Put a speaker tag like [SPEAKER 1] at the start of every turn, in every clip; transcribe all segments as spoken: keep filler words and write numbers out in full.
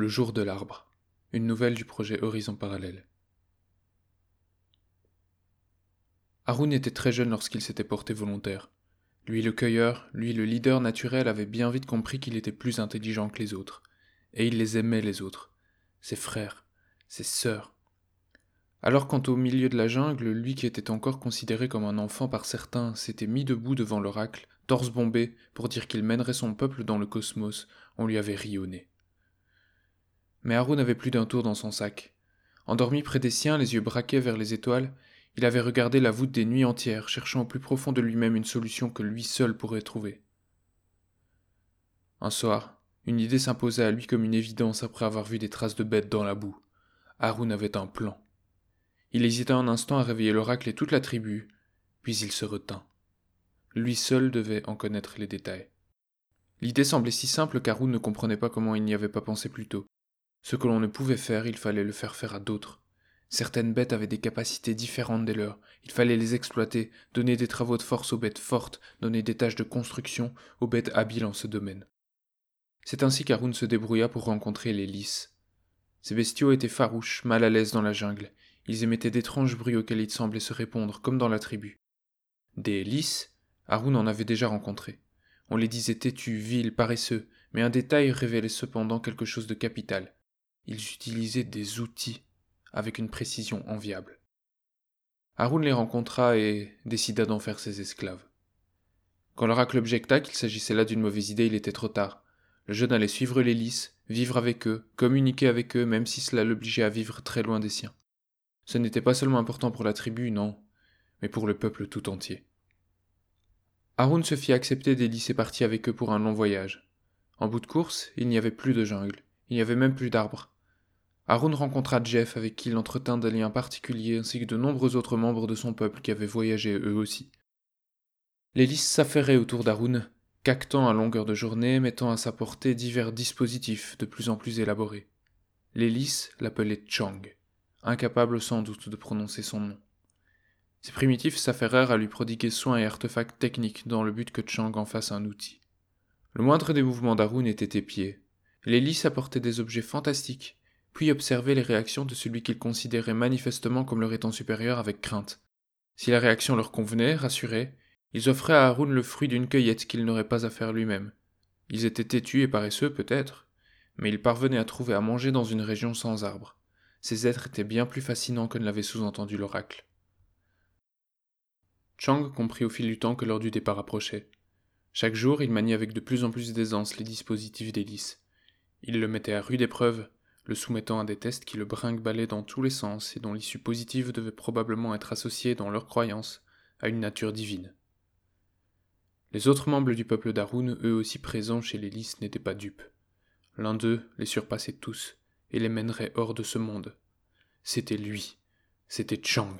[SPEAKER 1] Le jour de l'arbre. Une nouvelle du projet Horizon Parallèle. Haroun était très jeune lorsqu'il s'était porté volontaire. Lui le cueilleur, lui le leader naturel avait bien vite compris qu'il était plus intelligent que les autres. Et il les aimait les autres. Ses frères, ses sœurs. Alors quand au milieu de la jungle, lui qui était encore considéré comme un enfant par certains s'était mis debout devant l'oracle, torse bombé, pour dire qu'il mènerait son peuple dans le cosmos, on lui avait ri au nez. Mais Haroun avait plus d'un tour dans son sac. Endormi près des siens, les yeux braqués vers les étoiles, il avait regardé la voûte des nuits entières, cherchant au plus profond de lui-même une solution que lui seul pourrait trouver. Un soir, une idée s'imposa à lui comme une évidence après avoir vu des traces de bêtes dans la boue. Haroun avait un plan. Il hésita un instant à réveiller l'oracle et toute la tribu, puis il se retint. Lui seul devait en connaître les détails. L'idée semblait si simple qu'Haroun ne comprenait pas comment il n'y avait pas pensé plus tôt. Ce que l'on ne pouvait faire, il fallait le faire faire à d'autres. Certaines bêtes avaient des capacités différentes des leurs. Il fallait les exploiter, donner des travaux de force aux bêtes fortes, donner des tâches de construction aux bêtes habiles en ce domaine. C'est ainsi qu'Haroun se débrouilla pour rencontrer les lys. Ces bestiaux étaient farouches, mal à l'aise dans la jungle. Ils émettaient d'étranges bruits auxquels ils semblaient se répondre, comme dans la tribu. Des lys, Haroun en avait déjà rencontré. On les disait têtus, vils, paresseux, mais un détail révélait cependant quelque chose de capital. Ils utilisaient des outils, avec une précision enviable. Haroun les rencontra et décida d'en faire ses esclaves. Quand l'oracle objecta qu'il s'agissait là d'une mauvaise idée, il était trop tard. Le jeune allait suivre les lys, vivre avec eux, communiquer avec eux, même si cela l'obligeait à vivre très loin des siens. Ce n'était pas seulement important pour la tribu, non, mais pour le peuple tout entier. Haroun se fit accepter des lys et partit avec eux pour un long voyage. En bout de course, il n'y avait plus de jungle, il n'y avait même plus d'arbres. Haroun rencontra Jeff avec qui il entretint des liens particuliers ainsi que de nombreux autres membres de son peuple qui avaient voyagé eux aussi. Les lys s'affairaient autour d'Haroun, caquetant à longueur de journée, mettant à sa portée divers dispositifs de plus en plus élaborés. Les lys l'appelaient Chang, incapable sans doute de prononcer son nom. Ces primitifs s'affairèrent à lui prodiguer soins et artefacts techniques dans le but que Chang en fasse un outil. Le moindre des mouvements d'Haroun était épié. Les lys apportaient des objets fantastiques, puis observaient les réactions de celui qu'ils considéraient manifestement comme leur étant supérieur avec crainte. Si la réaction leur convenait, rassurés, ils offraient à Haroun le fruit d'une cueillette qu'il n'aurait pas à faire lui-même. Ils étaient têtus et paresseux peut-être, mais ils parvenaient à trouver à manger dans une région sans arbres. Ces êtres étaient bien plus fascinants que ne l'avait sous-entendu l'oracle. Chang comprit au fil du temps que l'heure du départ approchait. Chaque jour, il maniait avec de plus en plus d'aisance les dispositifs des lys. Il le mettait à rude épreuve, le soumettant à des tests qui le brinque-ballaient dans tous les sens et dont l'issue positive devait probablement être associée, dans leur croyance, à une nature divine. Les autres membres du peuple d'Haroun, eux aussi présents chez les lys, n'étaient pas dupes. L'un d'eux les surpassait tous et les mènerait hors de ce monde. C'était lui, c'était Chang.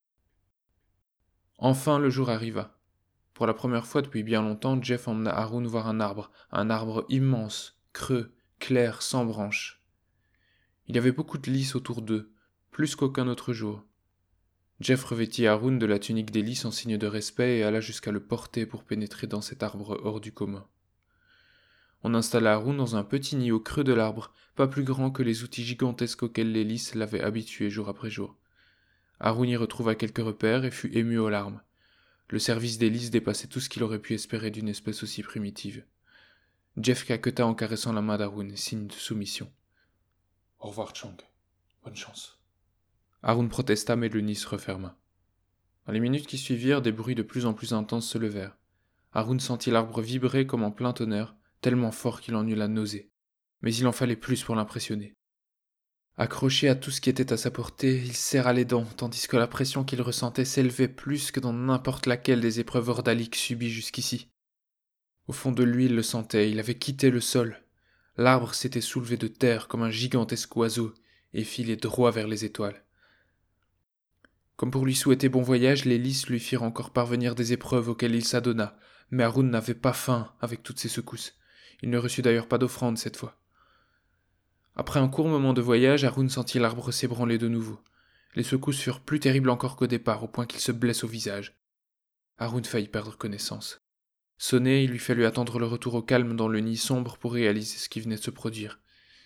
[SPEAKER 1] Enfin le jour arriva. Pour la première fois depuis bien longtemps, Jeff emmena Haroun voir un arbre, un arbre immense, creux, clair, sans branches. Il y avait beaucoup de lys autour d'eux, plus qu'aucun autre jour. Jeff revêtit Haroun de la tunique des lys en signe de respect et alla jusqu'à le porter pour pénétrer dans cet arbre hors du commun. On installa Haroun dans un petit nid au creux de l'arbre, pas plus grand que les outils gigantesques auxquels les lys l'avaient habitué jour après jour. Haroun y retrouva quelques repères et fut ému aux larmes. Le service des lys dépassait tout ce qu'il aurait pu espérer d'une espèce aussi primitive. Jeff caqueta en caressant la main d'Haroun, signe de soumission. « Au revoir, Chang. Bonne chance. » Haroun protesta, mais le nid se referma. Dans les minutes qui suivirent, des bruits de plus en plus intenses se levèrent. Haroun sentit l'arbre vibrer comme en plein tonnerre, tellement fort qu'il en eut la nausée. Mais il en fallait plus pour l'impressionner. Accroché à tout ce qui était à sa portée, il serra les dents, tandis que la pression qu'il ressentait s'élevait plus que dans n'importe laquelle des épreuves ordaliques subies jusqu'ici. Au fond de lui, il le sentait, il avait quitté le sol. L'arbre s'était soulevé de terre comme un gigantesque oiseau et filait droit vers les étoiles. Comme pour lui souhaiter bon voyage, les lys lui firent encore parvenir des épreuves auxquelles il s'adonna, mais Haroun n'avait pas faim avec toutes ces secousses. Il ne reçut d'ailleurs pas d'offrande cette fois. Après un court moment de voyage, Haroun sentit l'arbre s'ébranler de nouveau. Les secousses furent plus terribles encore qu'au départ, au point qu'il se blesse au visage. Haroun faillit perdre connaissance. Sonné, il lui fallut attendre le retour au calme dans le nid sombre pour réaliser ce qui venait de se produire.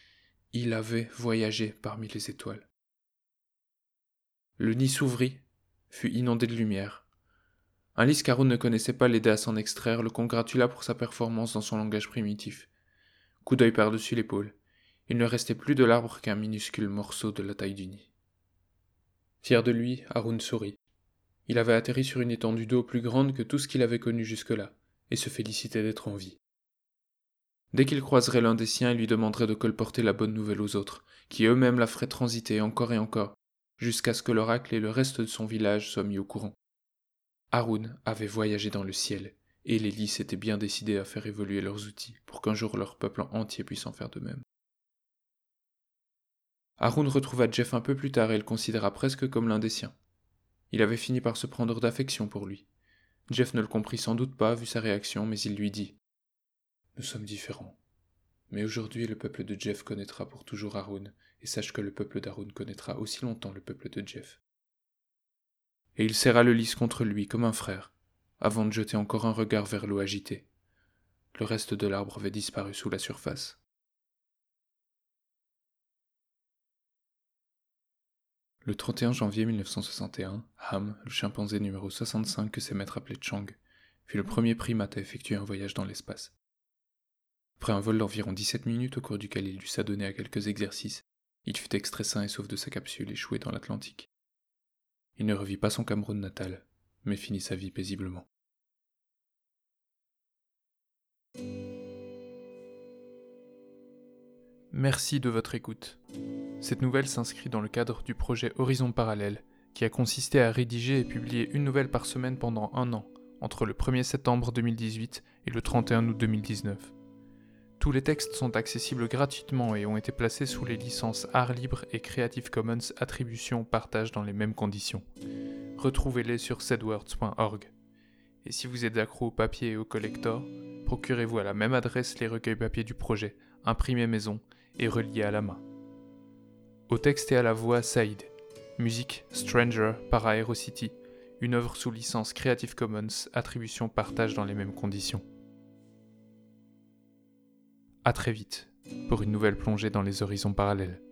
[SPEAKER 1] Il avait voyagé parmi les étoiles. Le nid s'ouvrit, fut inondé de lumière. Un lys qu'Haroun ne connaissait pas l'aida à s'en extraire, le congratula pour sa performance dans son langage primitif. Coup d'œil par-dessus l'épaule. Il ne restait plus de l'arbre qu'un minuscule morceau de la taille du nid. Fier de lui, Haroun sourit. Il avait atterri sur une étendue d'eau plus grande que tout ce qu'il avait connu jusque-là, et se félicitait d'être en vie. Dès qu'il croiserait l'un des siens, il lui demanderait de colporter la bonne nouvelle aux autres, qui eux-mêmes la feraient transiter encore et encore, jusqu'à ce que l'oracle et le reste de son village soient mis au courant. Haroun avait voyagé dans le ciel, et les lys s'étaient bien décidés à faire évoluer leurs outils pour qu'un jour leur peuple entier puisse en faire de même. Haroun retrouva Jeff un peu plus tard et le considéra presque comme l'un des siens. Il avait fini par se prendre d'affection pour lui. Jeff ne le comprit sans doute pas vu sa réaction, mais il lui dit « Nous sommes différents. Mais aujourd'hui, le peuple de Jeff connaîtra pour toujours Haroun, et sache que le peuple d'Haroun connaîtra aussi longtemps le peuple de Jeff. » Et il serra le lys contre lui comme un frère, avant de jeter encore un regard vers l'eau agitée. Le reste de l'arbre avait disparu sous la surface. Le trente et un janvier mille neuf cent soixante et un, Ham, le chimpanzé numéro soixante-cinq que ses maîtres appelaient Chang, fut le premier primate à effectuer un voyage dans l'espace. Après un vol d'environ dix-sept minutes au cours duquel il dut s'adonner à quelques exercices, il fut extrait sain et sauf de sa capsule échouée dans l'Atlantique. Il ne revit pas son Cameroun natal, mais finit sa vie paisiblement. Merci de votre écoute. Cette nouvelle s'inscrit dans le cadre du projet Horizon Parallèle, qui a consisté à rédiger et publier une nouvelle par semaine pendant un an, entre le premier septembre deux mille dix-huit et le trente et un août deux mille dix-neuf. Tous les textes sont accessibles gratuitement et ont été placés sous les licences Art Libre et Creative Commons Attribution Partage dans les mêmes conditions. Retrouvez-les sur sedwords point org. Et si vous êtes accro au papier et au collector, procurez-vous à la même adresse les recueils papier du projet, imprimés maison et reliés à la main. Au texte et à la voix, Saïd. Musique, Stranger par Aerocity, une œuvre sous licence Creative Commons, attribution partage dans les mêmes conditions. À très vite, pour une nouvelle plongée dans les horizons parallèles.